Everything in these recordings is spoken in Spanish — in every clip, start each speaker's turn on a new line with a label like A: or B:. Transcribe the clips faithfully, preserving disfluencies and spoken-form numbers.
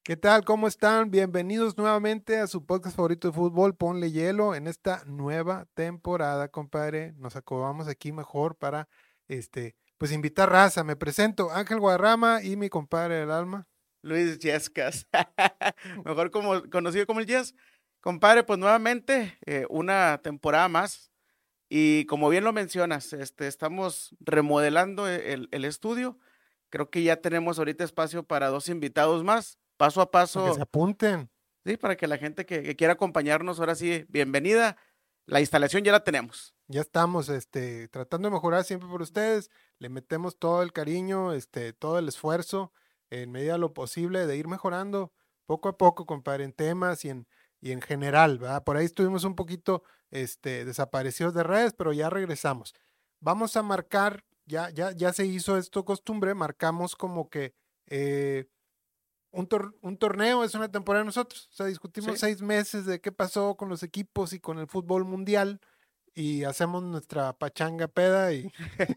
A: ¿Qué tal? ¿Cómo están? Bienvenidos nuevamente a su podcast favorito de fútbol, Ponle Hielo, en esta nueva temporada, compadre. Nos acomodamos aquí mejor para, este, pues invitar raza. Me presento, Ángel Guadarrama y mi compadre del alma.
B: Luis Yescas, mejor como, conocido como el Yes. Compadre, pues nuevamente eh, una temporada más y como bien lo mencionas, este, estamos remodelando e- el, el estudio. Creo que ya tenemos ahorita espacio para dos invitados más, paso a
A: Para que se
B: paso,
A: apunten.
B: sí, para que la gente que, que quiera acompañarnos, ahora sí, bienvenida. La instalación ya la tenemos.
A: Ya estamos, este, tratando de mejorar siempre por ustedes. Le metemos todo el cariño, este, todo el esfuerzo, en medida de lo posible, de ir mejorando poco a poco, compadre, en temas y en, y en general, ¿verdad? Por ahí estuvimos un poquito, este, desaparecidos de redes, pero ya regresamos. Vamos a marcar, ya, ya, ya se hizo esto costumbre, marcamos como que eh, un, tor- un torneo es una temporada de nosotros. O sea, discutimos
B: Sí,
A: seis meses de qué pasó con los equipos y con el fútbol mundial y hacemos nuestra pachanga peda y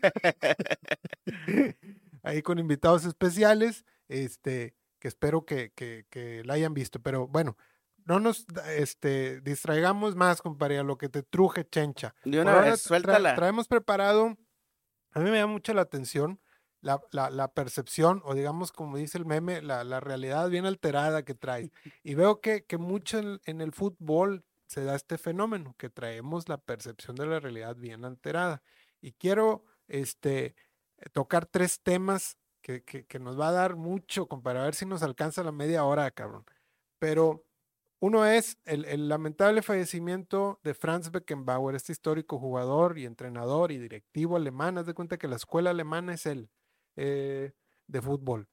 A: ahí con invitados especiales, este, que espero que, que, que la hayan visto. Pero bueno, no nos este, distraigamos más, compadre, a lo que te truje, chencha.
B: de
A: Por
B: una
A: ahora
B: vez,
A: tra-
B: suéltala.
A: traemos preparado, a mí me llama mucho la atención la, la, la percepción, o digamos, como dice el meme, la, la realidad bien alterada que traes. Y veo que, que mucho en, en el fútbol se da este fenómeno, que traemos la percepción de la realidad bien alterada. Y quiero este, tocar tres temas que, que, que nos va a dar mucho, para ver si nos alcanza la media hora, cabrón. Pero uno es el, el lamentable fallecimiento de Franz Beckenbauer, este histórico jugador y entrenador y directivo alemán. Haz de cuenta que la escuela alemana es él, eh, de fútbol.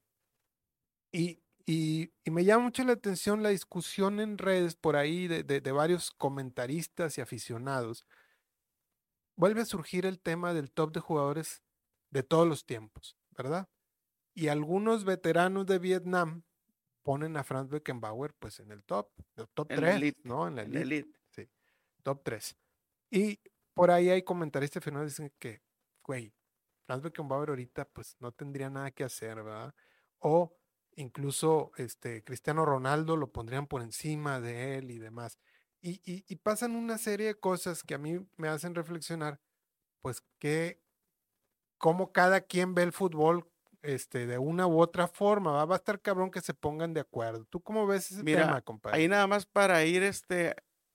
A: Y, y, y me llama mucho la atención la discusión en redes por ahí de, de, de varios comentaristas y aficionados. Vuelve a surgir el tema del top de jugadores de todos los tiempos, ¿verdad? Y algunos veteranos de Vietnam ponen a Franz Beckenbauer pues en el top, el top
B: En la
A: tres,
B: elite,
A: ¿no? En la
B: en la
A: elite,
B: elite.
A: sí, top tres. Y por ahí hay comentaristas finales que dicen que, güey, Franz Beckenbauer ahorita pues no tendría nada que hacer, ¿verdad? O incluso este Cristiano Ronaldo lo pondrían por encima de él y demás. Y, y, y pasan una serie de cosas que a mí me hacen reflexionar, pues que cómo cada quien ve el fútbol este, de una u otra forma, ¿va? Va a estar cabrón que se pongan de acuerdo. ¿Tú cómo ves ese
B: Mira,
A: tema, compadre?
B: ahí nada más para ir este,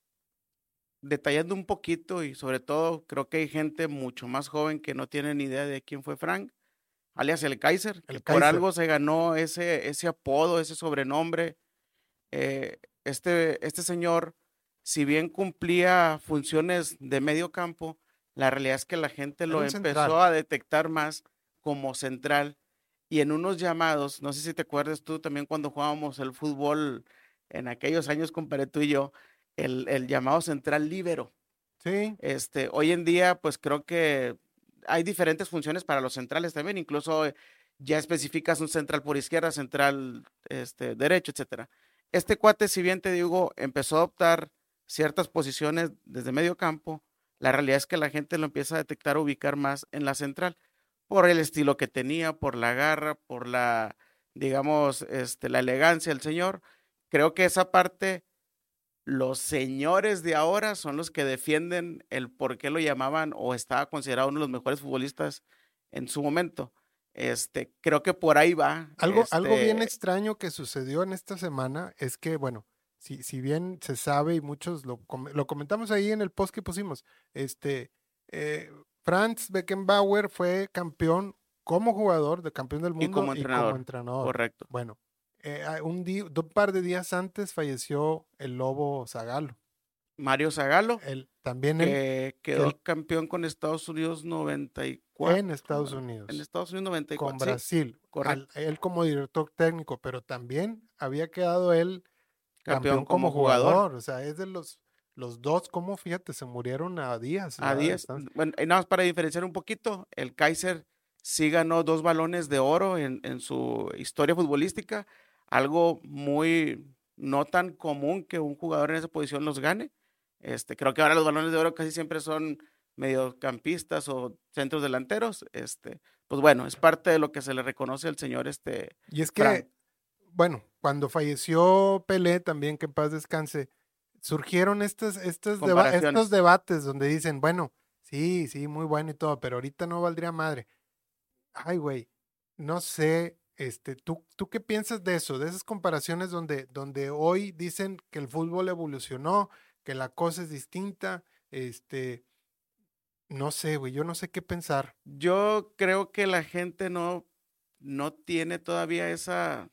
B: detallando un poquito y sobre todo creo que hay gente mucho más joven que no tiene ni idea de quién fue Frank, alias el Kaiser, que
A: El
B: por
A: Kaiser.
B: algo se ganó ese, ese apodo, ese sobrenombre. Eh, este, este señor, si bien cumplía funciones de medio campo, la realidad es que la gente
A: Era
B: lo
A: un
B: empezó
A: central.
B: a detectar más como central y en unos llamados, no sé si te acuerdas tú también cuando jugábamos el fútbol en aquellos años, comparé tú y yo, el, el llamado central líbero.
A: Sí,
B: Este, hoy en día, pues creo que hay diferentes funciones para los centrales también, incluso eh, ya especificas un central por izquierda, central este, derecho, etcétera. Este cuate, si bien te digo, empezó a adoptar ciertas posiciones desde medio campo, la realidad es que la gente lo empieza a detectar, ubicar más en la central, por el estilo que tenía, por la garra, por la, digamos, este, la elegancia del señor. Creo que esa parte los señores de ahora son los que defienden el por qué lo llamaban o estaba considerado uno de los mejores futbolistas en su momento. Este, creo que por ahí va.
A: algo, algo bien
B: Este,
A: extraño que sucedió en esta semana es que, bueno, si, si bien se sabe y muchos lo, com- lo comentamos ahí en el post que pusimos, este, eh, Franz Beckenbauer fue campeón como jugador, de campeón del
B: y
A: mundo
B: como
A: y como
B: entrenador,
A: entrenador.
B: correcto.
A: Bueno, eh, a- un, di- un par de días antes falleció el Lobo Zagalo.
B: Mario Zagallo,
A: Él, también él,
B: que
A: él
B: quedó campeón con Estados Unidos noventa y
A: en
B: cuatro,
A: Estados
B: noventa en
A: Unidos
B: Estados Unidos
A: con
B: noventa y cuatro, sí,
A: Brasil, al-
B: correcto.
A: él como director técnico, pero también había quedado él
B: Campeón
A: campeón como
B: como jugador.
A: jugador, o sea, es de los, los dos, como fíjate, se murieron a días,
B: A
A: ¿verdad? De
B: diez.
A: distancia.
B: Bueno, y nada más para diferenciar un poquito, el Kaiser sí ganó dos balones de oro en, en su historia futbolística, algo muy no tan común que un jugador en esa posición los gane. Este, creo que ahora los balones de oro casi siempre son mediocampistas o centros delanteros. Este, pues bueno, es parte de lo que se le reconoce al señor este
A: Y es
B: Frank.
A: que, bueno, cuando falleció Pelé, también que en paz descanse, surgieron estos, estos, deba- estos
B: Comparaciones.
A: debates donde dicen, bueno, sí, sí, muy bueno y todo, pero ahorita no valdría madre. Ay, güey, no sé, este, ¿tú, tú qué piensas de eso? De esas comparaciones donde, donde hoy dicen que el fútbol evolucionó, que la cosa es distinta, este, no sé, güey, yo no sé qué pensar.
B: Yo creo que la gente no, no tiene todavía esa,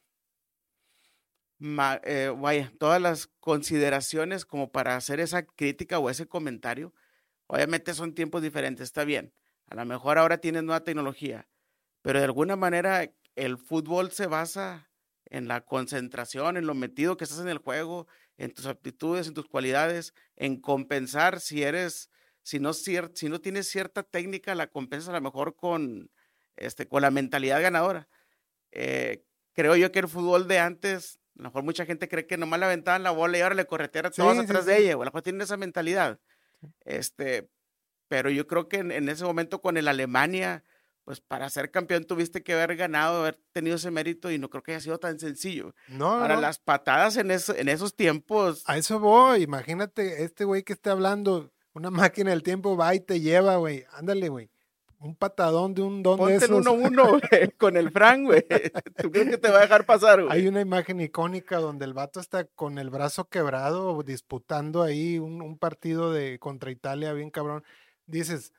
B: ma- eh, vaya, todas las consideraciones como para hacer esa crítica o ese comentario. Obviamente son tiempos diferentes, está bien. A lo mejor ahora tienes nueva tecnología, pero de alguna manera el fútbol se basa en la concentración, en lo metido que estás en el juego, en tus aptitudes, en tus cualidades, en compensar si eres, si no, cier- si no tienes cierta técnica, la compensas a lo mejor con, este, con la mentalidad ganadora. Eh, Creo yo que el fútbol de antes, a lo mejor mucha gente cree que nomás le aventaban la bola y ahora le corretearan todos
A: Sí, sí,
B: atrás de
A: sí.
B: ella, o a lo mejor tienen esa mentalidad. Este, pero yo creo que en, en ese momento con el Alemania, pues para ser campeón tuviste que haber ganado, haber tenido ese mérito y no creo que haya sido tan sencillo.
A: No, no,
B: Ahora,
A: no.
B: las patadas en, eso, en esos tiempos,
A: A eso voy, imagínate, este güey que está hablando, una máquina del tiempo va y te lleva, güey. Ándale, güey. Un patadón de un don de
B: ponte el
A: esos.
B: uno uno con el Frank, güey. ¿Tú crees que te va a dejar pasar,
A: Hay
B: güey?
A: una imagen icónica donde el vato está con el brazo quebrado, disputando ahí un, un partido de contra Italia, bien cabrón. Dices,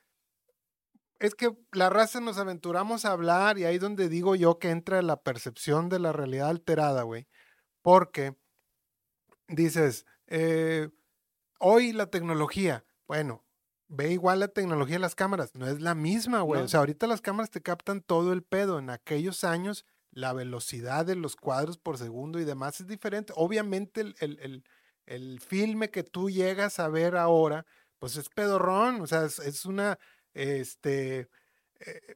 A: es que la raza nos aventuramos a hablar y ahí donde digo yo que entra la percepción de la realidad alterada, güey. Porque dices, eh, hoy la tecnología, bueno, ve igual la tecnología de las cámaras, no es la misma, güey. O
B: No,
A: sea, ahorita las cámaras te captan todo el pedo. En aquellos años, la velocidad de los cuadros por segundo y demás es diferente. Obviamente, el, el, el, el filme que tú llegas a ver ahora, pues es pedorrón, o sea, es, es una, este, eh,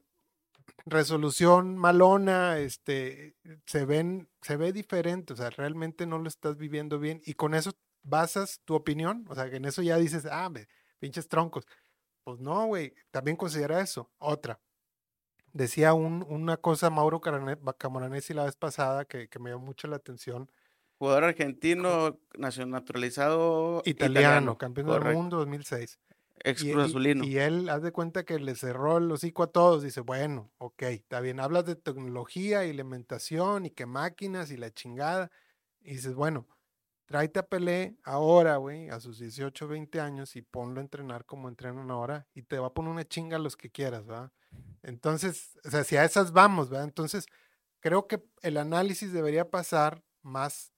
A: resolución malona, este, se ven, se ve diferente, o sea, realmente no lo estás viviendo bien y con eso basas tu opinión, o sea, que en eso ya dices, ah, me, pinches troncos. Pues no, güey, también considera eso. Otra, decía un, una cosa Mauro Carane- Camoranesi la vez pasada que, que me llamó mucho la atención.
B: jugador
A: Co-
B: argentino, nacion- naturalizado
A: Italiano,
B: italiano,
A: campeón del
B: correcto.
A: mundo dos mil seis.
B: Ex
A: Y,
B: Cruz
A: y,
B: Azulino.
A: y él, haz de cuenta que le cerró el hocico a todos. Dice, bueno, ok, está bien. Hablas de tecnología y alimentación y que máquinas y la chingada. Y dices, bueno, tráete a Pelé ahora, güey, a sus dieciocho veinte años y ponlo a entrenar como entrenan ahora y te va a poner una chinga a los que quieras, ¿verdad? Entonces, o sea, si a esas vamos, ¿verdad? Entonces, creo que el análisis debería pasar más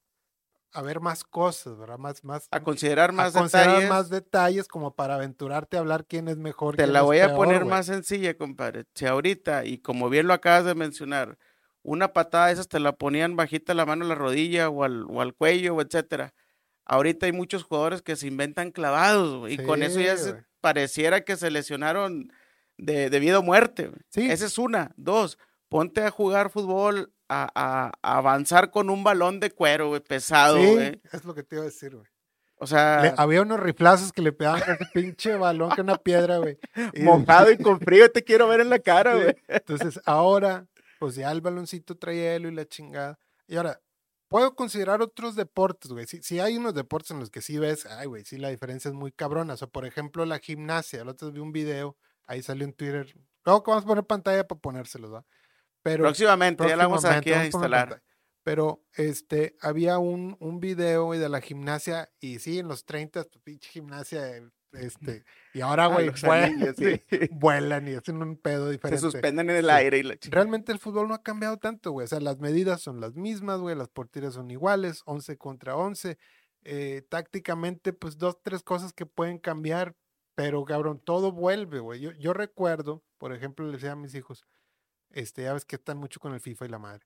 A: a ver más cosas, ¿verdad? Más, más,
B: A considerar
A: a
B: más
A: considerar más
B: detalles.
A: detalles como para aventurarte a hablar quién es mejor,
B: Te
A: quién
B: la
A: es
B: voy a
A: peor,
B: poner
A: güey.
B: más sencilla, compadre. Si ahorita, y como bien lo acabas de mencionar, una patada de esas te la ponían bajita la mano a la rodilla o al, o al cuello, o etcétera. Ahorita hay muchos jugadores que se inventan clavados, güey, y
A: Sí,
B: con eso ya se
A: güey.
B: pareciera que se lesionaron de, de vida o muerte, güey.
A: Sí,
B: Esa es una. Dos, ponte a jugar fútbol, a, a- a avanzar con un balón de cuero, güey, pesado,
A: sí,
B: güey.
A: es lo que te iba a decir, güey.
B: O
A: Le-
B: sea,
A: había unos riflazos que le pegaban con ese pinche balón que una piedra, güey. Y,
B: mojado y con frío, te quiero ver en la cara, güey.
A: sí, entonces ahora, pues ya el baloncito trae hielo y la chingada. Y ahora, puedo considerar otros deportes, güey. Si, si hay unos deportes en los que sí ves, ay, güey, sí la diferencia es muy cabrona. O sea, por ejemplo, la gimnasia. El otro día vi un video, ahí salió en Twitter. Luego que vamos a poner pantalla para ponérselos, ¿va? Pero
B: Próximamente, ya la vamos aquí
A: próximamente
B: a
A: vamos a poner
B: instalar.
A: pantalla. Pero este, había un, un video, güey, de la gimnasia, y sí, en los treinta, pues, pinche gimnasia, eh, este, y ahora,
B: A
A: güey,
B: los
A: vuelan,
B: anillos,
A: sí,
B: sí.
A: vuelan y hacen un pedo
B: Se
A: diferente.
B: suspenden en el
A: Sí.
B: aire y la chica.
A: Realmente el fútbol no ha cambiado tanto, güey. O sea, las medidas son las mismas, güey, las porterías son iguales, once contra once. Eh, tácticamente, pues dos, tres cosas que pueden cambiar, pero cabrón, todo vuelve, güey. Yo, yo recuerdo, por ejemplo, le decía a mis hijos, este, ya ves que están mucho con el FIFA y la madre.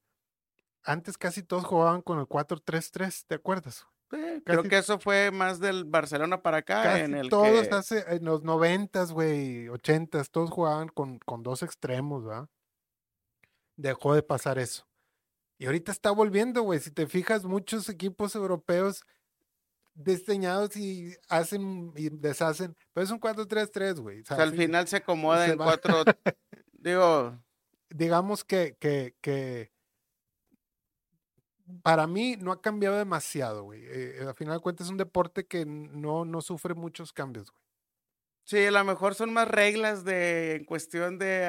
A: Antes casi todos jugaban con el cuatro tres tres, ¿te acuerdas?
B: Eh, creo
A: Casi,
B: que eso fue más del Barcelona para acá, en
A: casi
B: el
A: todos
B: que
A: hace, en los noventas, güey, ochentas, todos jugaban con, con dos extremos, ¿verdad? Dejó de pasar eso. Y ahorita está volviendo, güey. Si te fijas, muchos equipos europeos diseñados y hacen y deshacen, pero es un cuatro tres tres, güey. O
B: o
A: sea,
B: sea, al
A: sí,
B: final se acomoda
A: se
B: en
A: va.
B: cuatro, digo,
A: Digamos que, que, que para mí no ha cambiado demasiado, güey. Eh, al final de cuentas es un deporte que no, no sufre muchos cambios, güey.
B: Sí, a lo mejor son más reglas de en cuestión de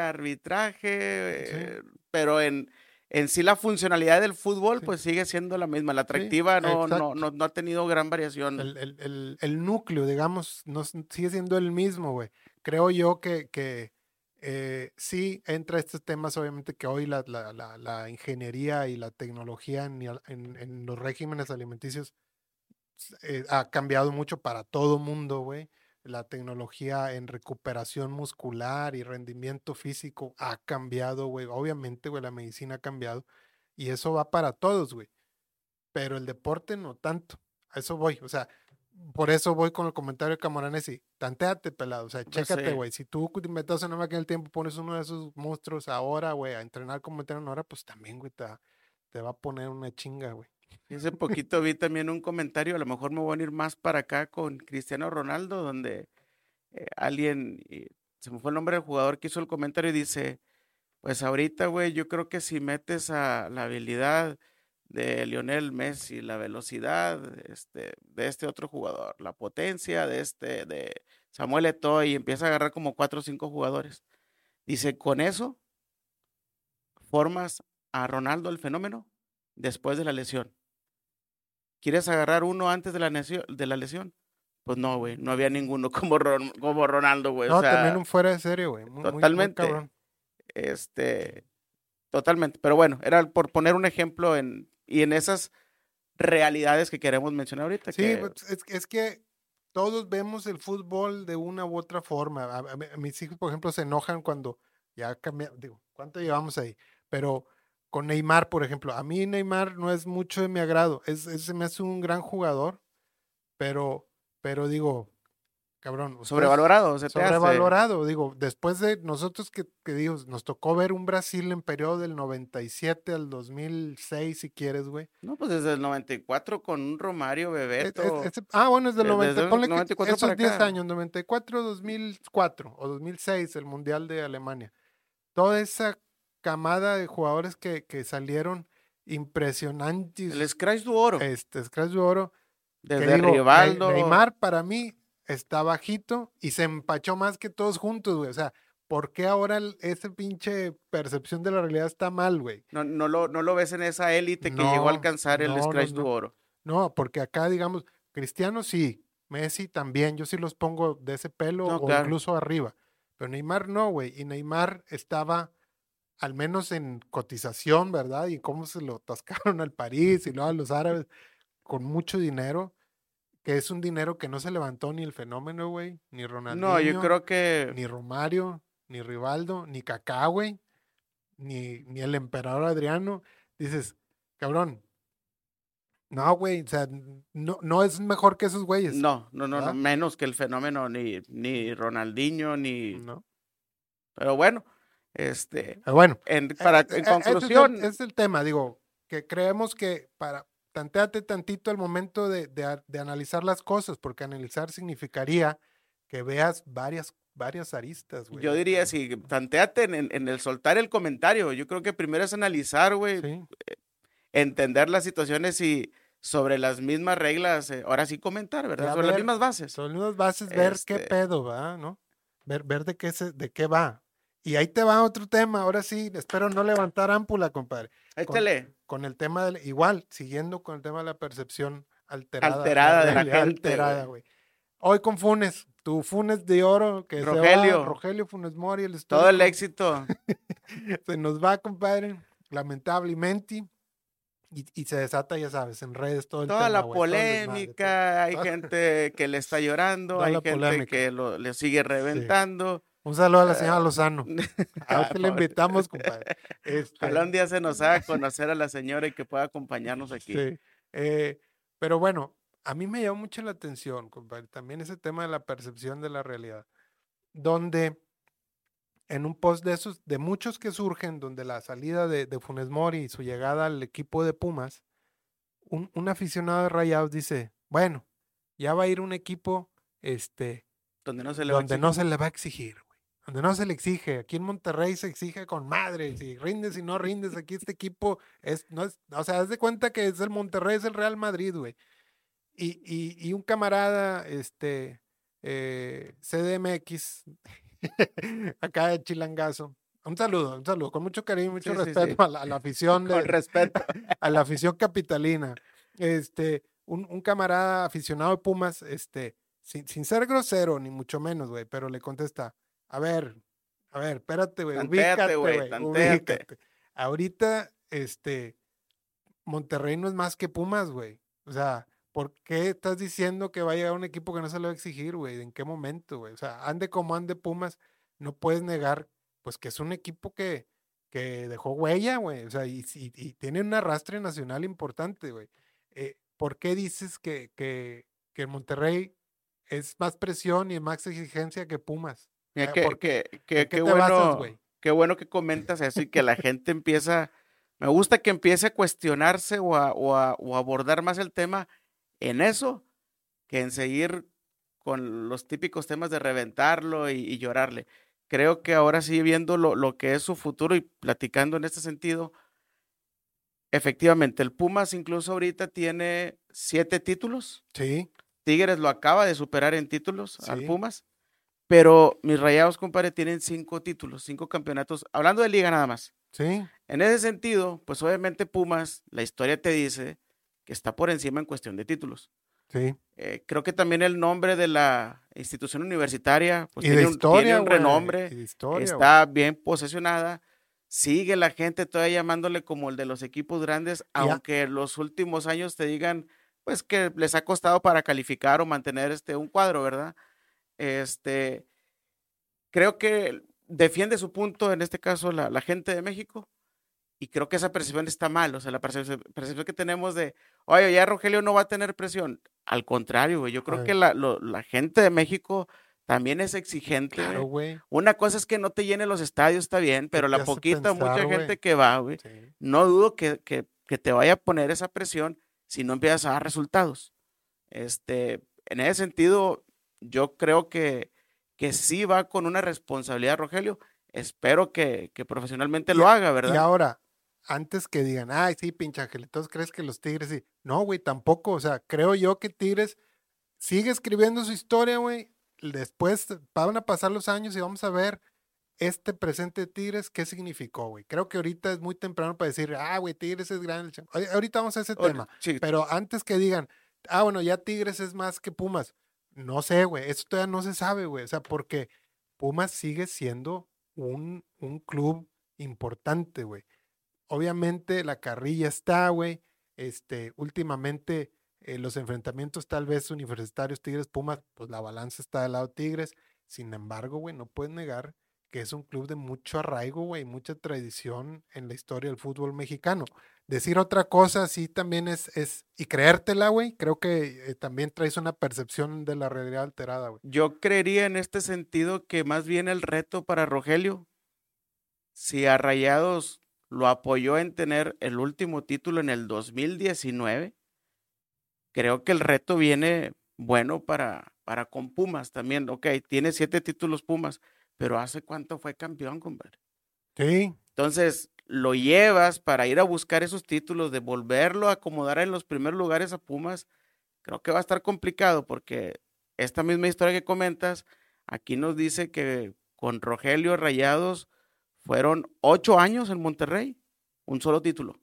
A: Sí,
B: arbitraje, eh, pero en, en sí la funcionalidad del fútbol,
A: sí,
B: pues sigue siendo la misma. La
A: sí,
B: atractiva no, no,
A: exacto.
B: no, no ha tenido gran variación.
A: El, el, el, el núcleo, digamos, no, s- sigue siendo el mismo, güey. Creo yo que, que eh, sí entra estos temas, obviamente, que hoy la, la, la, la ingeniería y la tecnología en, en, en los regímenes alimenticios eh, ha cambiado mucho para todo mundo, güey. La tecnología en recuperación muscular y rendimiento físico ha cambiado, güey. Obviamente, güey, la medicina ha cambiado y eso va para todos, güey. Pero el deporte no tanto. A eso voy. O sea, por eso voy con el comentario de Camoranesi. Tantéate, pelado. O sea,
B: Pues
A: chécate,
B: sí.
A: güey. Si tú te metes en una máquina del tiempo, pones uno de esos monstruos ahora, güey, a entrenar como entrenan ahora, pues también, güey, te, va- te va a poner una chinga, güey.
B: Y hace poquito vi también un comentario, a lo mejor me voy a ir más para acá con Cristiano Ronaldo, donde eh, alguien, y se me fue el nombre del jugador que hizo el comentario y dice, pues ahorita, güey, yo creo que si metes a la habilidad de Lionel Messi, la velocidad este, de este otro jugador, la potencia de este, de Samuel Eto'o, y empieza a agarrar como cuatro o cinco jugadores. Dice, con eso formas a Ronaldo el fenómeno después de la lesión. ¿Quieres agarrar uno antes de la, nesio- de la lesión? Pues no, güey, no había ninguno como, Ron- como Ronaldo, güey. O
A: No, también
B: sea,
A: un fuera de serie, güey. Muy, muy, muy
B: totalmente,
A: cabrón.
B: este, totalmente. Pero bueno, era por poner un ejemplo en, y en esas realidades que queremos mencionar ahorita,
A: Sí,
B: que
A: pues, es, es que todos vemos el fútbol de una u otra forma. A, a mi- a mis hijos, por ejemplo, se enojan cuando ya cambia, digo, ¿cuánto llevamos ahí? Pero con Neymar, por ejemplo, a mí Neymar no es mucho de mi agrado. Es, es- se me hace un gran jugador, pero, pero digo, cabrón, ustedes
B: sobrevalorado se te hace.
A: sobrevalorado, digo, después de nosotros que, que digo, nos tocó ver un Brasil en periodo del noventa y siete al dos mil seis, si quieres, güey.
B: No, pues desde el noventa y cuatro con un Romario
A: Es- es-
B: Bebeto,
A: ese- ah, bueno, es del
B: eh,
A: noventa,
B: desde el
A: ponle que
B: noventa y cuatro para
A: esos diez
B: acá.
A: años, noventa y cuatro, dos mil cuatro o dos mil seis, el Mundial de Alemania. Toda esa camada de jugadores que, que salieron
B: El
A: impresionantes,
B: Scratch du Oro,
A: este, Scratch de Oro, que
B: desde
A: digo, Ne-
B: Rivaldo.
A: Neymar para mí está bajito y se empachó más que todos juntos, güey. O sea, ¿por qué ahora el- ese pinche percepción de la realidad está mal, güey?
B: No, no lo, no lo ves en esa élite que llegó a
A: No,
B: alcanzar el
A: no, no,
B: Scratch du
A: no.
B: Oro.
A: No, porque acá, digamos, Cristiano sí, Messi también, yo sí los pongo de ese pelo
B: No,
A: o
B: claro.
A: incluso arriba, pero Neymar no, güey, y Neymar estaba al menos en cotización, ¿verdad? Y cómo se lo tascaron al París y luego a los árabes con mucho dinero, que es un dinero que no se levantó ni el fenómeno, güey, ni
B: No, yo
A: Ronaldinho,
B: creo que
A: ni Romario, ni Rivaldo, ni Kaká, güey, ni, ni el emperador Adriano. Dices, cabrón, no, güey, o sea, no, no es mejor que esos güeyes,
B: no, no, no, no,
A: ¿verdad?
B: menos que el fenómeno, ni, ni Ronaldinho, ni.
A: No.
B: Pero bueno, este,
A: Pero bueno,
B: en,
A: eh,
B: para,
A: eh,
B: en
A: eh, ese es el, ese
B: conclusión,
A: es el tema, digo, que creemos que para, tanteate tantito al momento de, de a- de analizar las cosas, porque analizar significaría que veas varias, varias aristas, güey.
B: yo
A: O
B: diría,
A: sea,
B: si tanteate en, en- en el soltar el comentario, yo creo que primero es analizar, güey,
A: sí,
B: entender las situaciones y sobre las mismas reglas, eh, ahora sí comentar, ¿verdad?
A: ya
B: Sobre las
A: ver,
B: mismas bases.
A: son unas bases, ver qué
B: Este,
A: pedo, ¿va? ¿No? Ver, ver de qué se, de qué va. Y ahí te va otro tema, ahora sí, espero no levantar ámpula, compadre. Con,
B: échale,
A: con el tema del, igual, siguiendo con el tema de la percepción alterada, la
B: alterada de la
A: realidad
B: gente,
A: alterada,
B: güey.
A: güey. Hoy con Funes, tu Funes de oro que se va,
B: Rogelio,
A: Rogelio Funes Mori, el
B: todo el
A: histórico,
B: éxito.
A: se nos va, compadre, lamentablemente. Y, y se desata, ya sabes, en redes todo el
B: Toda
A: tema,
B: la
A: güey, todo el desmadre, todo,
B: polémica, hay
A: toda,
B: gente que le está llorando,
A: toda
B: hay
A: la
B: gente
A: polémica.
B: que lo, le sigue
A: Sí.
B: reventando.
A: Un saludo a la señora
B: Ah,
A: Lozano. A ver
B: ah,
A: que le
B: pobre.
A: invitamos, compadre.
B: Ojalá
A: Este,
B: un día se nos haga conocer a la señora y que pueda acompañarnos aquí.
A: sí. Eh, pero bueno, a mí me llamó mucho la atención, compadre, también ese tema de la percepción de la realidad, donde en un post de esos, de muchos que surgen, donde la salida de, de Funes Mori y su llegada al equipo de Pumas, un, un aficionado de Rayados dice, bueno, ya va a ir un equipo, este,
B: Donde no se le va a
A: donde no
B: exigir.
A: se le va a exigir, güey. donde no se le exige. Aquí en Monterrey se exige con madre. Si rindes y no rindes, aquí este equipo es, no es, o sea, haz de cuenta que es el Monterrey, es el Real Madrid, güey. Y, y, y un camarada, este, eh, C D M X, acá de Chilangazo. Un saludo, un saludo, con mucho cariño, mucho
B: Sí, sí,
A: respeto
B: sí.
A: a la, a la afición
B: Con
A: de,
B: respeto.
A: a la afición capitalina. Este, un, un camarada aficionado de Pumas, este, sin, sin ser grosero, ni mucho menos, güey, pero le contesta, a ver, a ver, espérate, güey,
B: Tantéate,
A: ubícate,
B: güey,
A: güey,
B: tantéate.
A: ubícate. Ahorita, este, Monterrey no es más que Pumas, güey. O sea, ¿por qué estás diciendo que va a llegar un equipo que no se le va a exigir, güey? ¿En qué momento, güey? O sea, ande como ande Pumas, no puedes negar, pues que es un equipo que, que dejó huella, güey. O sea, y, y, y tiene un arrastre nacional importante, güey. Eh, ¿por qué dices que, que, que el Monterrey es más presión y más exigencia que Pumas?
B: Mira,
A: Eh,
B: que,
A: ¿Por qué?
B: que,
A: ¿En
B: que,
A: qué
B: qué
A: te basas,
B: bueno,
A: güey?
B: qué bueno que comentas eso y que la gente empieza, me gusta que empiece a cuestionarse o a, o a, o a abordar más el tema en eso que en seguir con los típicos temas de reventarlo y, y llorarle. Creo que ahora sí, viendo lo, lo que es su futuro y platicando en este sentido, efectivamente, el Pumas incluso ahorita tiene siete títulos.
A: Sí,
B: Tigres lo acaba de superar en títulos al
A: sí,
B: Pumas, pero mis Rayados, compadre, tienen cinco títulos, cinco campeonatos, hablando de liga nada más.
A: sí,
B: En ese sentido, pues obviamente Pumas, la historia te dice que está por encima en cuestión de títulos.
A: sí.
B: Eh, creo que también el nombre de la institución universitaria, pues
A: Y de
B: tiene un, tiene
A: historia,
B: un
A: güey.
B: renombre,
A: Y de historia, güey.
B: está bien posesionada, sigue la gente todavía llamándole como el de los equipos grandes,
A: Y a-
B: aunque los últimos años te digan, pues que les ha costado para calificar o mantener este, un cuadro, ¿verdad? Este, creo que defiende su punto, en este caso, la, la gente de México, y creo que esa percepción está mal, o sea, la percepción, percepción que tenemos de, oye, ya Rogelio no va a tener presión. Al contrario, güey, yo creo que
A: ay,
B: la, lo- la gente de México también es exigente,
A: claro,
B: güey.
A: güey.
B: Una cosa es que no te llene los estadios, está bien,
A: ¿Qué
B: pero
A: te
B: la
A: hace
B: poquita,
A: pensar,
B: mucha
A: güey?
B: gente que va, güey,
A: Sí.
B: no dudo que, que, que te vaya a poner esa presión si no empiezas a dar resultados. Este, en ese sentido, yo creo que, que sí va con una responsabilidad, Rogelio. Espero que, que profesionalmente
A: Y,
B: lo
A: a-
B: haga,
A: y
B: ¿verdad?
A: ahora, antes que digan, ay, sí, pinche Ángel, entonces crees que los Tigres sí. No, güey, tampoco. O sea, creo yo que Tigres sigue escribiendo su historia, güey. Después van a pasar los años y vamos a ver este presente de Tigres, ¿qué significó, güey? Creo que ahorita es muy temprano para decir, ah, güey, Tigres es grande. Ahori- Ahorita vamos a ese
B: O-
A: tema,
B: sí,
A: pero antes que digan, ah, bueno, ya Tigres es más que Pumas, no sé, güey, eso todavía no se sabe, güey, o sea, porque Pumas sigue siendo un, un club importante, güey. Obviamente la carrilla está, güey, este, últimamente eh, los enfrentamientos tal vez universitarios, Tigres, Pumas, pues la balanza está del lado de Tigres, sin embargo, güey, no puedes negar que es un club de mucho arraigo, güey, mucha tradición en la historia del fútbol mexicano. Decir otra cosa, sí, también es, es y creértela, güey, creo que eh, también traes una percepción de la realidad alterada, güey.
B: yo creería en este sentido que más bien el reto para Rogelio, si a Rayados lo apoyó en tener el último título en el dos mil diecinueve, creo que el reto viene bueno para, para con Pumas también. Ok, tiene siete títulos Pumas, pero ¿hace cuánto fue campeón, compadre?
A: Sí,
B: Entonces, lo llevas para ir a buscar esos títulos, de volverlo a acomodar en los primeros lugares a Pumas. Creo que va a estar complicado porque esta misma historia que comentas, aquí nos dice que con Rogelio Rayados fueron ocho años en Monterrey, un solo título.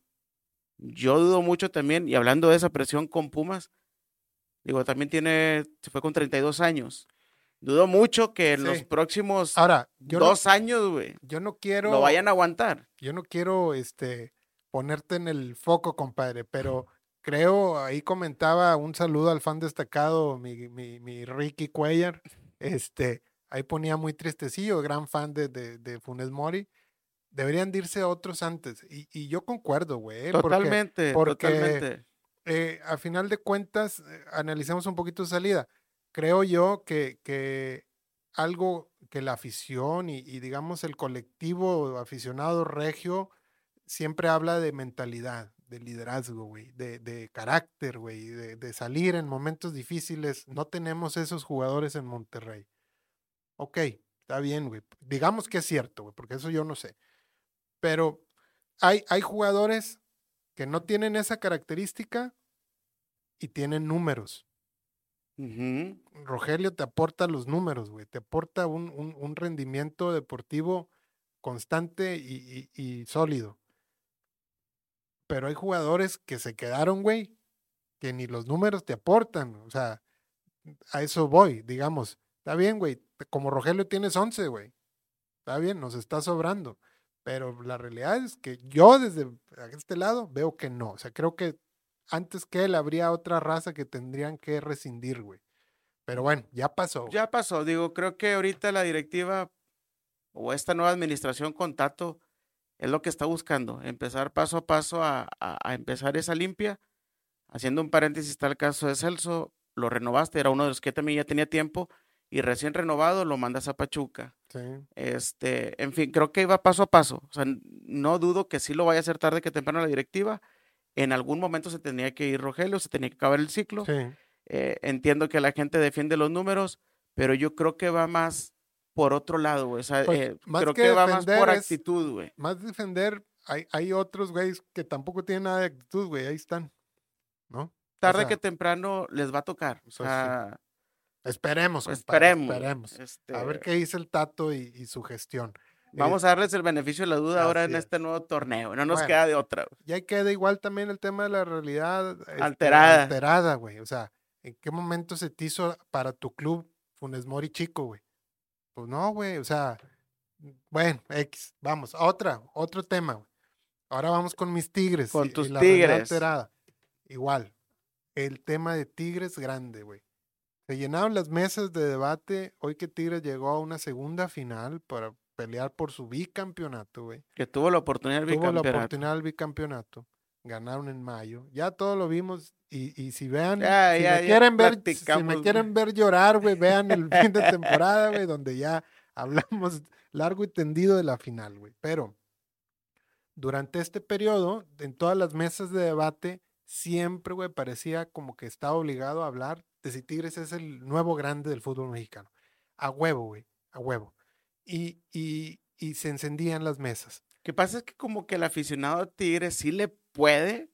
B: Yo dudo mucho también, y hablando de esa presión con Pumas, digo, también tiene, se fue con treinta y dos años. Dudo mucho que en los
A: sí.
B: próximos
A: Ahora, yo no,
B: dos años, güey,
A: yo no
B: lo
A: quiero
B: vayan a aguantar.
A: yo no quiero este ponerte en el foco, compadre, pero creo, ahí comentaba un saludo al fan destacado, mi, mi, mi Ricky Cuellar, este, ahí ponía muy tristecillo, gran fan de, de, de Funes Mori, deberían de irse otros antes, y, y yo concuerdo, güey, ¿eh? porque,
B: Totalmente,
A: porque
B: totalmente.
A: eh, a final de cuentas, eh, analicemos un poquito su salida. Creo yo que, que algo que la afición y, y, digamos el colectivo aficionado regio siempre habla de mentalidad, de liderazgo, güey, de, de carácter, güey, de, de salir en momentos difíciles. No tenemos esos jugadores en Monterrey. Ok, está bien, güey. Digamos que es cierto, güey, porque eso yo no sé. Pero hay, hay jugadores que no tienen esa característica y tienen números.
B: Ujú.
A: Rogelio te aporta los números, güey. Te aporta un, un, un rendimiento deportivo constante y, y, y sólido. Pero hay jugadores que se quedaron, güey, que ni los números te aportan. O sea, a eso voy, digamos. Está bien, güey. Como Rogelio tienes once, güey. Está bien, nos está sobrando. Pero la realidad es que yo desde este lado veo que no. O sea, creo que antes que él habría otra raza que tendrían que rescindir, güey. Pero bueno, ya pasó, güey.
B: Ya pasó, digo, creo que ahorita la directiva o esta nueva administración con Tato es lo que está buscando, empezar paso a paso a, a- a empezar esa limpia. Haciendo un paréntesis, está el caso de Celso, lo renovaste, era uno de los que también ya tenía tiempo y recién renovado lo mandas a Pachuca.
A: Sí.
B: Este, en fin, creo que iba paso a paso. O sea, n- no dudo que sí lo vaya a hacer tarde que temprano la directiva. En algún momento se tenía que ir Rogelio, se tenía que acabar el ciclo.
A: Sí.
B: Eh, entiendo que la gente defiende los números, pero yo creo que va más por otro lado, güey. O sea,
A: Pues
B: eh,
A: más
B: creo
A: que
B: que va más
A: defender
B: por
A: es,
B: actitud, güey.
A: más defender, hay, hay otros güeyes que tampoco tienen nada de actitud, güey, ahí están, ¿no? O
B: Tarde que
A: sea,
B: temprano les va a tocar. O
A: pues sí.
B: sea,
A: Esperemos,
B: pues
A: compadre,
B: esperemos, güey.
A: esperemos. A ver
B: Este,
A: qué dice el Tato y, y su gestión. Es,
B: vamos a darles el beneficio de la duda ahora
A: así
B: en
A: es.
B: este nuevo torneo. No nos
A: Bueno,
B: queda de otra, güey.
A: ya queda igual también el tema de la realidad este,
B: Alterada.
A: alterada, güey. O sea, ¿en qué momento se te hizo para tu club Funes Mori chico, güey? Pues no, güey, o sea, bueno, X, vamos, a otra, otro tema, güey. Ahora vamos con mis Tigres
B: Con
A: y, y
B: tus
A: la realidad
B: Tigres.
A: alterada. Igual, el tema de Tigres grande, güey. Se llenaron las mesas de debate hoy que Tigres llegó a una segunda final para pelear por su bicampeonato, güey.
B: Que tuvo la oportunidad del
A: Tuvo la
B: bicampeonato.
A: oportunidad del bicampeonato. Ganaron en mayo. Ya todo lo vimos. Y, y si vean,
B: Ya,
A: si
B: ya,
A: me
B: ya
A: quieren ver, si me
B: platicamos, güey.
A: quieren ver llorar, güey, vean el fin de temporada, güey, donde ya hablamos largo y tendido de la final, güey. Pero durante este periodo, en todas las mesas de debate, siempre, güey, parecía como que estaba obligado a hablar de si Tigres es el nuevo grande del fútbol mexicano. A huevo, güey, a huevo. Y, y, y se encendían las mesas.
B: Lo que pasa es que como que el aficionado a Tigres sí le puede,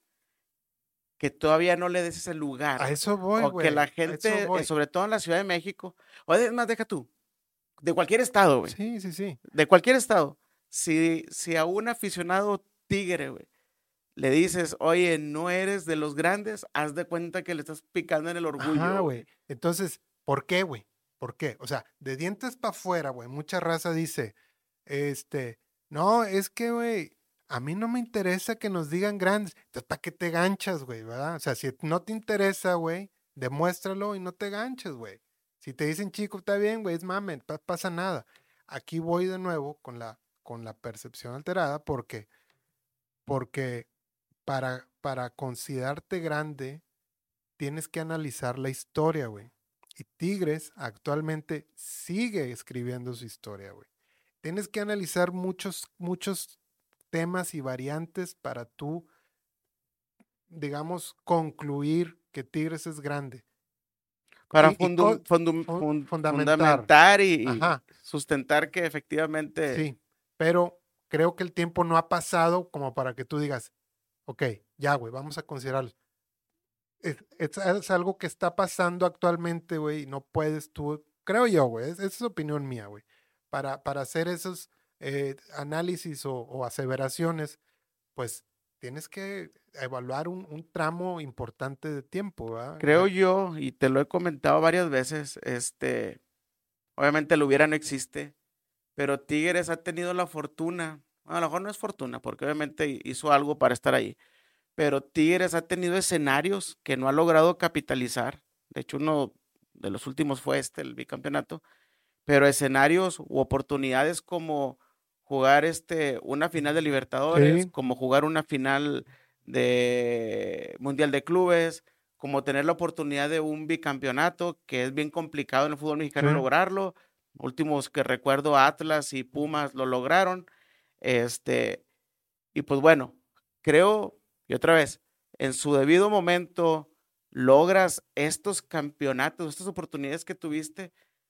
B: que todavía no le des ese lugar.
A: A eso voy,
B: O que la
A: güey, a eso
B: gente, eh,
A: voy.
B: sobre todo en la Ciudad de México, o es más, deja tú, de cualquier estado, güey.
A: Sí, sí, sí.
B: De cualquier estado. Si, si a un aficionado tigre, güey, le dices, oye, no eres de los grandes, haz de cuenta que le estás picando en el orgullo,
A: Ajá,
B: güey.
A: güey. Entonces, ¿por qué, güey? ¿Por qué? O sea, de dientes para afuera, güey, mucha raza dice, este, no, es que, güey, a mí no me interesa que nos digan grandes. Entonces, ¿para qué te ganchas, güey, verdad? O sea, si no te interesa, güey, demuéstralo y no te ganches, güey. Si te dicen chico, está bien, güey, es mame, no pasa nada. Aquí voy de nuevo con la, con la percepción alterada porque, porque para, para considerarte grande, tienes que analizar la historia, güey. Y Tigres actualmente sigue escribiendo su historia, güey. Tienes que analizar muchos, muchos temas y variantes para tú, digamos, concluir que Tigres es grande.
B: Para
A: Y, y co-
B: fundum- fundum-
A: fu-
B: fun-
A: fundamentar.
B: fundamentar y, y
A: Ajá,
B: sustentar que efectivamente,
A: sí. Pero creo que el tiempo no ha pasado como para que tú digas, ok, ya, güey, vamos a considerarlo. Es, es, es algo que está pasando actualmente, güey, y no puedes tú, creo yo, güey, es- esa es opinión mía, güey, para, para hacer esos eh, análisis o, o aseveraciones, pues tienes que evaluar un, un tramo importante de tiempo, ¿verdad?
B: creo
A: Ya-
B: yo, y te lo he comentado varias veces, este, obviamente el hubiera no existe, pero Tigres ha tenido la fortuna, a lo mejor no es fortuna, porque obviamente hizo algo para estar ahí, pero Tigres ha tenido escenarios que no ha logrado capitalizar. De hecho, uno de los últimos fue este, el bicampeonato, pero escenarios u oportunidades como jugar este, una final de Libertadores,
A: Sí,
B: como jugar una final de Mundial de Clubes, como tener la oportunidad de un bicampeonato, que es bien complicado en el fútbol
A: sí,
B: mexicano lograrlo. Últimos que recuerdo, Atlas y Pumas lo lograron. Este, y pues bueno, creo, y otra vez, en su debido momento logras estos campeonatos, estas oportunidades que tuviste,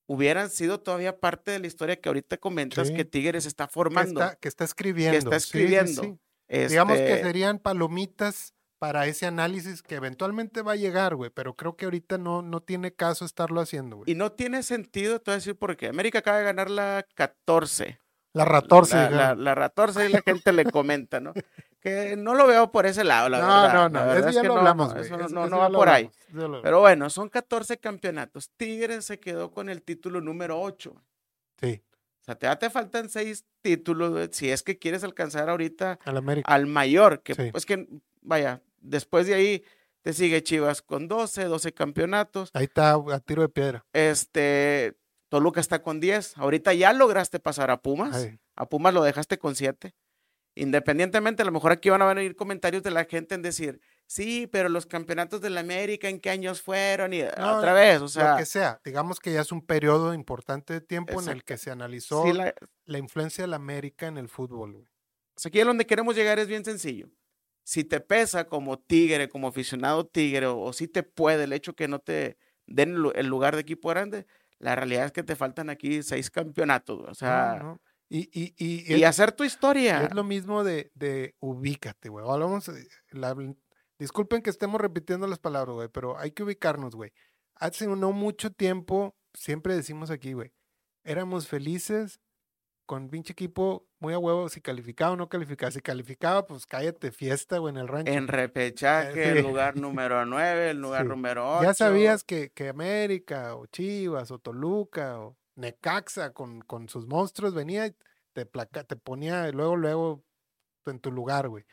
B: hubieran sido todavía parte de la historia que ahorita comentas
A: Sí.
B: que Tigres está
A: Que
B: formando,
A: está, que está escribiendo.
B: que está
A: Sí, sí,
B: escribiendo.
A: sí. Digamos que
B: Este,
A: serían palomitas para ese análisis que eventualmente va a llegar, güey, pero creo que ahorita no, no tiene caso estarlo haciendo, güey.
B: y no tiene sentido, te voy a decir por qué. América acaba de ganar la catorce.
A: La ratorce,
B: La, la,
A: dijeron.
B: la catorce y la gente le comenta, ¿no? Que no lo veo por ese lado, la
A: No,
B: verdad.
A: no,
B: La
A: no,
B: verdad
A: eso
B: es
A: ya
B: que
A: lo
B: no,
A: hablamos,
B: no,
A: güey.
B: eso no,
A: Eso,
B: no,
A: eso
B: no
A: ya
B: va
A: lo
B: por ahí.
A: hablamos. ya lo hablamos.
B: Pero bueno, son catorce campeonatos. Tigres se quedó con el título número ocho.
A: Sí,
B: O sea, te, ya te faltan seis títulos, güey, si es que quieres alcanzar ahorita
A: al América.
B: al mayor, que
A: Sí.
B: pues que, vaya, después de ahí te sigue Chivas con doce, doce campeonatos.
A: Ahí está a tiro de piedra.
B: Este, Toluca está con diez. Ahorita ya lograste pasar a Pumas.
A: Ay.
B: A Pumas lo dejaste con siete. Independientemente, a lo mejor aquí van a venir comentarios de la gente en decir, sí, pero los campeonatos de la América, ¿en qué años fueron? Y
A: No,
B: otra vez, o
A: lo
B: sea,
A: que sea. Digamos que ya es un periodo importante de tiempo en el
B: exacto.
A: que se analizó
B: Sí, la,
A: la influencia de la América en el fútbol, güey.
B: o sea, aquí a donde queremos llegar es bien sencillo. Si te pesa como tigre, como aficionado tigre, o, o si te puede el hecho que no te den el lu- el lugar de equipo grande, la realidad es que te faltan aquí seis campeonatos, güey, o
A: No,
B: sea,
A: no. Y, y, y,
B: y
A: es,
B: hacer tu
A: y
B: historia.
A: es lo mismo de, de ubícate, güey. Hablamos, eh, la- disculpen que estemos repitiendo las palabras, güey, pero hay que ubicarnos, güey. Hace no mucho tiempo, siempre decimos aquí, güey, éramos felices con pinche equipo muy a huevo, si calificaba o no calificaba. Si calificaba, pues cállate, fiesta, güey, en el rancho.
B: En
A: Eh,
B: repechaje, el
A: sí,
B: lugar número nueve, el lugar
A: sí.
B: número
A: Ya
B: ocho.
A: sabías que, que América, o Chivas, o Toluca, o Necaxa, con, con sus monstruos, venía y te, placa, te ponía luego, luego en tu lugar, güey.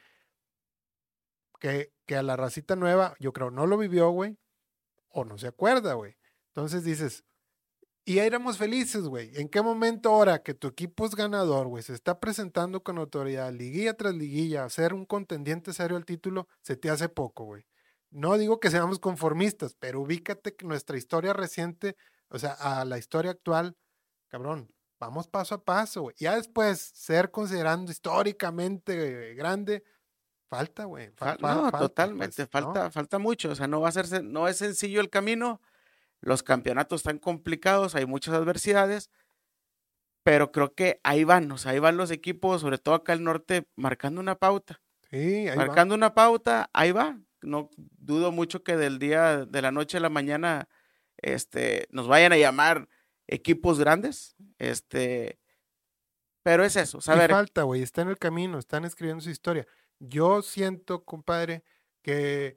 A: Que, que a la racita nueva, yo creo, no lo vivió, güey, o no se acuerda, güey. Entonces dices, y éramos felices, güey. ¿En qué momento ahora que tu equipo es ganador, güey, se está presentando con autoridad, liguilla tras liguilla, ser un contendiente serio al título, se te hace poco, güey? No digo que seamos conformistas, pero ubícate que nuestra historia reciente, o sea, a la historia actual, cabrón, vamos paso a paso, güey. Ya después, ser considerando históricamente eh, grande, falta, güey. Fa-
B: Fal-
A: fa-
B: no,
A: falta,
B: totalmente,
A: pues, ¿no?
B: falta, falta mucho, o sea, no va a ser, sen- no es sencillo el camino, los campeonatos están complicados, hay muchas adversidades, pero creo que ahí van, o sea, ahí van los equipos, sobre todo acá al norte, marcando una pauta,
A: Sí, ahí va.
B: marcando una pauta, ahí va. No dudo mucho que del día, de la noche a la mañana, este, nos vayan a llamar equipos grandes, este, pero es eso,
A: Y
B: saber,
A: falta, güey, está en el camino, están escribiendo su historia. Yo siento, compadre, que,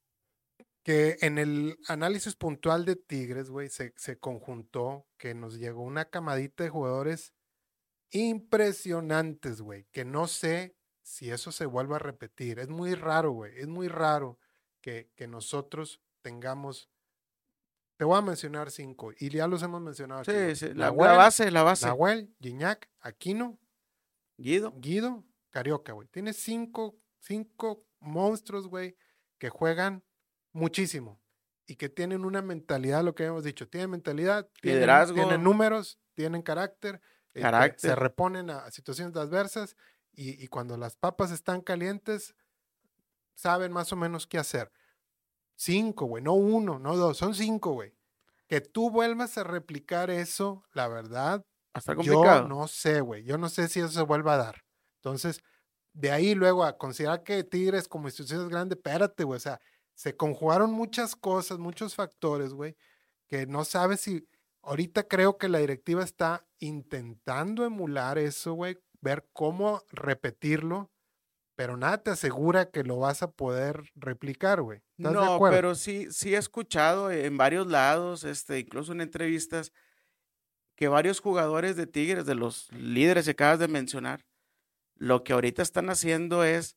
A: que en el análisis puntual de Tigres, güey, se, se conjuntó que nos llegó una camadita de jugadores impresionantes, güey, que no sé si eso se vuelva a repetir. Es muy raro, güey, es muy raro que, que nosotros tengamos, te voy a mencionar cinco, y ya los hemos mencionado aquí,
B: sí,
A: güey.
B: sí, la, la
A: Nahuel,
B: base, la base,
A: Nahuel, Gignac, Aquino,
B: Guido,
A: Guido, Carioca, güey. Tiene cinco, cinco monstruos, güey, que juegan muchísimo y que tienen una mentalidad, lo que hemos dicho, tienen mentalidad, tienen, tienen
B: liderazgo,
A: números, tienen carácter, este, se
B: carácter,
A: reponen a, a situaciones adversas y, y cuando las papas están calientes, saben más o menos qué hacer. Cinco, güey, no uno, no dos, son cinco, güey. Que tú vuelvas a replicar eso, la verdad,
B: va a estar
A: yo
B: complicado.
A: no sé, güey. Yo no sé si eso se vuelva a dar. Entonces, de ahí luego a considerar que Tigres como institución es grande, espérate, güey. O sea, se conjugaron muchas cosas, muchos factores, güey, que no sabes si. Ahorita creo que la directiva está intentando emular eso, güey, ver cómo repetirlo, pero nada te asegura que lo vas a poder replicar, güey. ¿Estás de
B: No,
A: acuerdo?
B: pero sí, sí he escuchado en varios lados, este, incluso en entrevistas, que varios jugadores de Tigres, de los líderes que acabas de mencionar, lo que ahorita están haciendo es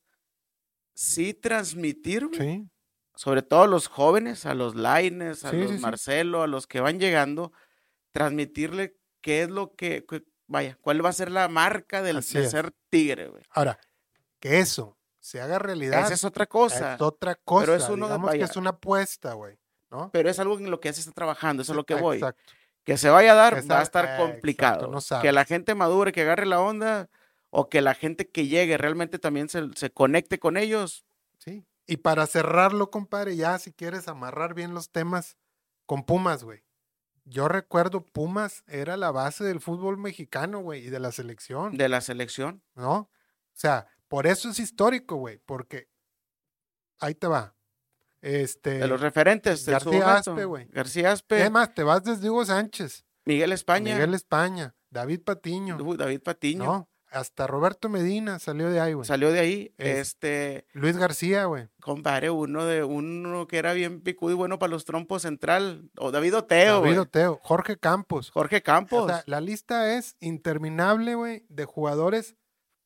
B: sí transmitir, güey,
A: Sí,
B: sobre todo a los jóvenes, a los Lainez, a
A: sí,
B: los
A: sí, sí.
B: Marcelo, a los que van llegando, transmitirle qué es lo que, que- vaya, cuál va a ser la marca del,
A: Así
B: de
A: es.
B: ser Tigre, güey.
A: Ahora, que eso se haga
B: Esa
A: realidad
B: es otra
A: es
B: cosa,
A: otra
B: pero es
A: cosa.
B: uno, de-
A: Digamos que
B: vaya,
A: es una apuesta, güey, ¿no?
B: pero es algo en lo que ya se está trabajando, eso es
A: Sí,
B: a lo que voy.
A: exacto.
B: Que se vaya a dar, va a
A: Esa,
B: estar
A: eh, exacto, no
B: complicado. Que la
A: sabes.
B: gente madure, que agarre la onda, o que la gente que llegue realmente también se, se conecte con ellos.
A: Sí. Y para cerrarlo, compadre, ya si quieres amarrar bien los temas con Pumas, güey. yo recuerdo Pumas era la base del fútbol mexicano, güey, y de la selección,
B: De la selección.
A: ¿no? O sea, por eso es histórico, güey, porque ahí te va.
B: De los
A: Este,
B: referentes en su
A: García Aspe,
B: momento.
A: güey.
B: García
A: Es
B: Aspe,
A: más, te vas desde Hugo Sánchez,
B: Miguel
A: Miguel
B: España,
A: España, David Patiño,
B: uh, David Patiño.
A: ¿no? Hasta Roberto Medina salió de ahí, güey.
B: Salió de ahí.
A: Es
B: Este,
A: Luis García, güey.
B: compadre, uno de uno que era bien picudo y bueno para los trompos central. O David Oteo,
A: David
B: güey.
A: Oteo, Jorge Campos.
B: Jorge
A: O sea,
B: Campos.
A: la lista es interminable, güey, de jugadores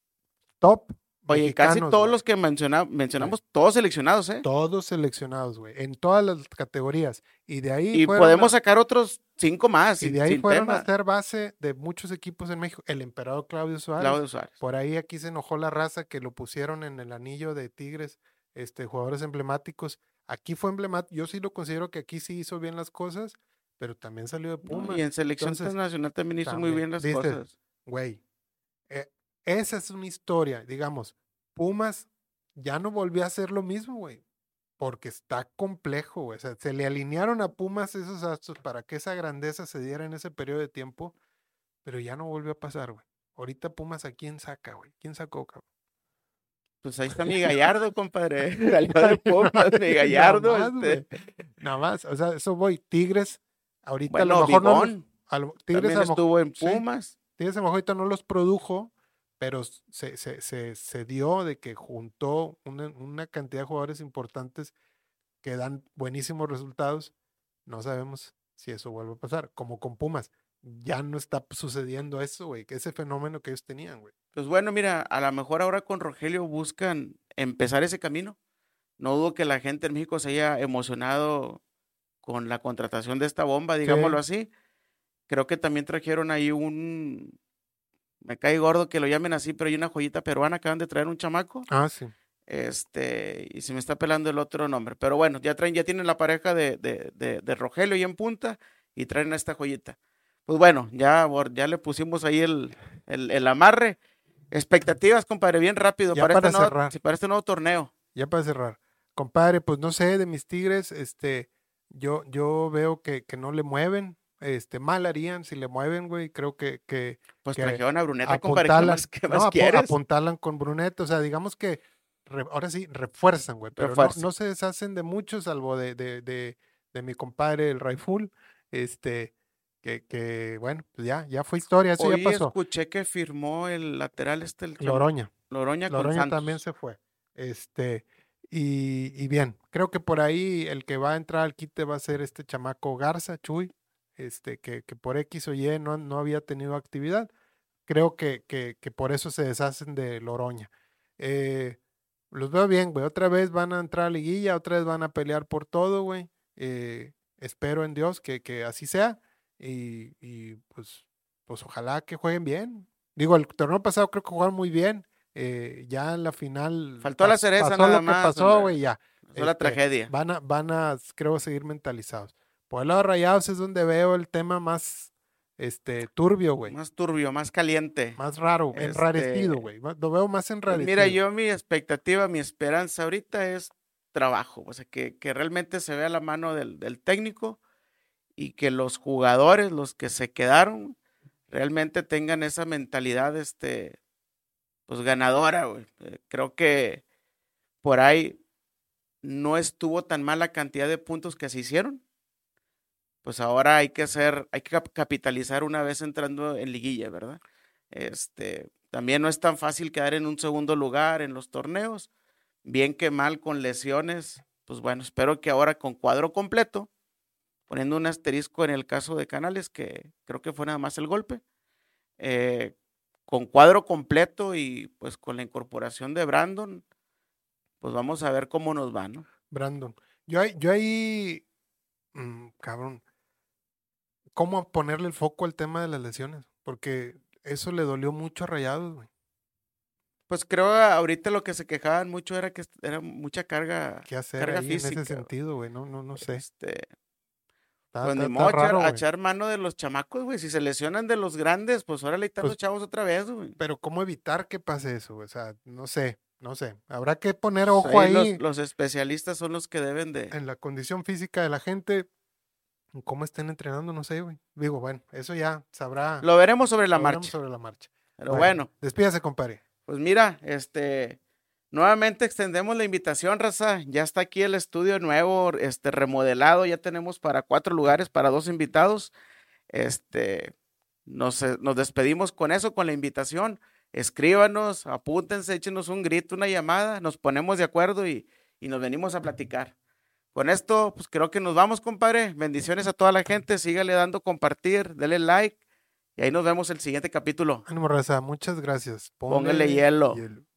A: top
B: Oye, casi
A: mexicanos,
B: todos
A: güey.
B: los que menciona, mencionamos, todos seleccionados, ¿eh?
A: Todos seleccionados, güey, en todas las categorías. Y de ahí
B: Y
A: fueron
B: podemos
A: a,
B: sacar otros cinco más,
A: y
B: sin,
A: de ahí
B: sin
A: fueron a
B: tema.
A: ser base de muchos equipos en México. El emperador Claudio Suárez.
B: Claudio Suárez.
A: Por ahí aquí se enojó la raza que lo pusieron en el anillo de Tigres, este, jugadores emblemáticos. Aquí fue emblemático. Yo sí lo considero que aquí sí hizo bien las cosas, pero también salió de
B: ¿No?
A: Pumas.
B: Y en selección
A: Entonces,
B: internacional también hizo muy
A: también,
B: bien las
A: dices,
B: cosas.
A: güey, eh, esa es una historia, digamos. Pumas ya no volvió a hacer lo mismo, güey, porque está complejo, güey. O sea, se le alinearon a Pumas esos astros para que esa grandeza se diera en ese periodo de tiempo, pero ya no volvió a pasar, güey. Ahorita Pumas, ¿a quién saca, güey? ¿Quién sacó, cabrón?
B: Pues ahí está mi Gallardo, compadre. Salió de Pumas, mi
A: Nada
B: Gallardo.
A: más, güey.
B: Este.
A: Nada más. O sea, eso voy. Tigres, ahorita a lo
B: Bueno,
A: mejor no los.
B: Bigón
A: A lo- Tigres
B: también
A: a lo mejor.
B: estuvo en
A: Sí,
B: Pumas.
A: Tigres a lo mejor ahorita no los produjo, pero se, se, se, se dio de que juntó una, una cantidad de jugadores importantes que dan buenísimos resultados. No sabemos si eso vuelve a pasar. Como con Pumas. Ya no está sucediendo eso, güey. Que ese fenómeno que ellos tenían, güey.
B: Pues bueno, mira, a lo mejor ahora con Rogelio buscan empezar ese camino. No dudo que la gente en México se haya emocionado con la contratación de esta bomba, digámoslo
A: Sí.
B: así. Creo que también trajeron ahí un, me cae gordo que lo llamen así, pero hay una joyita peruana, acaban de traer un chamaco.
A: Ah, sí.
B: Este, y se me está pelando el otro nombre. Pero bueno, ya traen, ya tienen la pareja de, de, de, de Rogelio ahí en punta y traen a esta joyita. Pues bueno, ya, ya le pusimos ahí el, el, el amarre. Expectativas, compadre, bien rápido
A: Ya
B: para
A: para
B: este, nuevo,
A: cerrar.
B: para este nuevo torneo.
A: Ya para cerrar. Compadre, pues no sé, de mis Tigres, este, yo, yo veo que, que no le mueven, este, mal harían si le mueven, güey, creo que, que,
B: Pues
A: que
B: trajeron a Bruneta, compadre, ¿qué
A: apuntalan,
B: más, qué
A: no,
B: más
A: apu-
B: quieres?
A: apuntalan con Brunet, o sea, digamos que re- ahora sí, refuerzan, güey, pero no,
B: Refuerzo.
A: no se deshacen de muchos, salvo de, de, de, de mi compadre, el Raiful, este, que, que, bueno, pues ya, ya fue historia, eso ya
B: Hoy
A: pasó.
B: escuché que firmó el lateral este, el chamo-
A: Loroña.
B: Loroña con
A: Loroña
B: Santos.
A: también se fue. Este, y, y bien, creo que por ahí el que va a entrar al quite va a ser este chamaco Garza, Chuy, este, que, que por X o Y no, no había tenido actividad. Creo que, que, que por eso se deshacen de Loroña. Eh, los veo bien, güey. Otra vez van a entrar a liguilla, otra vez van a pelear por todo, güey. Eh, espero en Dios que, que así sea. Y, y pues, pues ojalá que jueguen bien. Digo, el torneo pasado creo que jugaron muy bien. Eh, ya en la final
B: Faltó la
A: pas-
B: cereza
A: pasó
B: nada
A: lo que
B: más,
A: pasó,
B: hombre.
A: güey, ya.
B: Pasó la
A: Este,
B: tragedia.
A: Van a, van a, creo, seguir mentalizados. Por el lado de Rayados es donde veo el tema más este, turbio, güey.
B: Más turbio, más caliente.
A: Más raro,
B: Este,
A: enrarecido, güey. Ma- Lo veo más
B: Pues
A: enrarecido.
B: mira, yo mi expectativa, mi esperanza ahorita es trabajo, o sea, que, que realmente se vea la mano del, del técnico y que los jugadores, los que se quedaron, realmente tengan esa mentalidad, este, pues ganadora, güey. Eh, Creo que por ahí no estuvo tan mal la cantidad de puntos que se hicieron. Pues ahora hay que hacer, hay que cap- capitalizar una vez entrando en liguilla, ¿verdad? Este, también no es tan fácil quedar en un segundo lugar en los torneos, bien que mal con lesiones. Pues bueno, espero que ahora con cuadro completo, poniendo un asterisco en el caso de Canales, que creo que fue nada más el golpe, eh, con cuadro completo y pues con la incorporación de Brandon, pues vamos a ver cómo nos va, ¿no?
A: Brandon. Yo ahí, yo ahí mm, cabrón, ¿cómo ponerle el foco al tema de las lesiones? Porque eso le dolió mucho a Rayados, güey.
B: Pues creo ahorita lo que se quejaban mucho era que era mucha carga,
A: ¿Qué hacer
B: carga
A: ahí en ese
B: física.
A: sentido, güey? No, no, no sé.
B: Este,
A: Está,
B: pues
A: está-
B: ni
A: está
B: modo a echar,
A: raro,
B: a
A: güey.
B: echar mano de los chamacos, güey. Si se lesionan de los grandes, pues ahora le están
A: Pues,
B: los chavos otra vez, güey.
A: pero ¿cómo evitar que pase eso, güey? O sea, no sé, no sé. Habrá que poner
B: Pues
A: ojo
B: ahí los,
A: ahí
B: los especialistas son los que deben de.
A: en la condición física de la gente. cómo estén entrenando, no sé, güey. Digo, bueno, eso ya sabrá,
B: Lo veremos sobre la
A: lo veremos
B: marcha.
A: sobre la marcha.
B: Pero bueno,
A: Bueno, despídase, compadre.
B: pues mira, este, nuevamente extendemos la invitación, raza. Ya está aquí el estudio nuevo, este, remodelado. Ya tenemos para cuatro lugares, para dos invitados. Este, nos, eh, nos despedimos con eso, con la invitación. Escríbanos, apúntense, échenos un grito, una llamada, nos ponemos de acuerdo y, y nos venimos a platicar. Con esto, pues creo que nos vamos, compadre. Bendiciones a toda la gente. Sígale dando compartir, dele like y ahí nos vemos el siguiente capítulo.
A: Ánimo, raza, muchas gracias.
B: Póngale
A: Póngale
B: hielo.
A: hielo.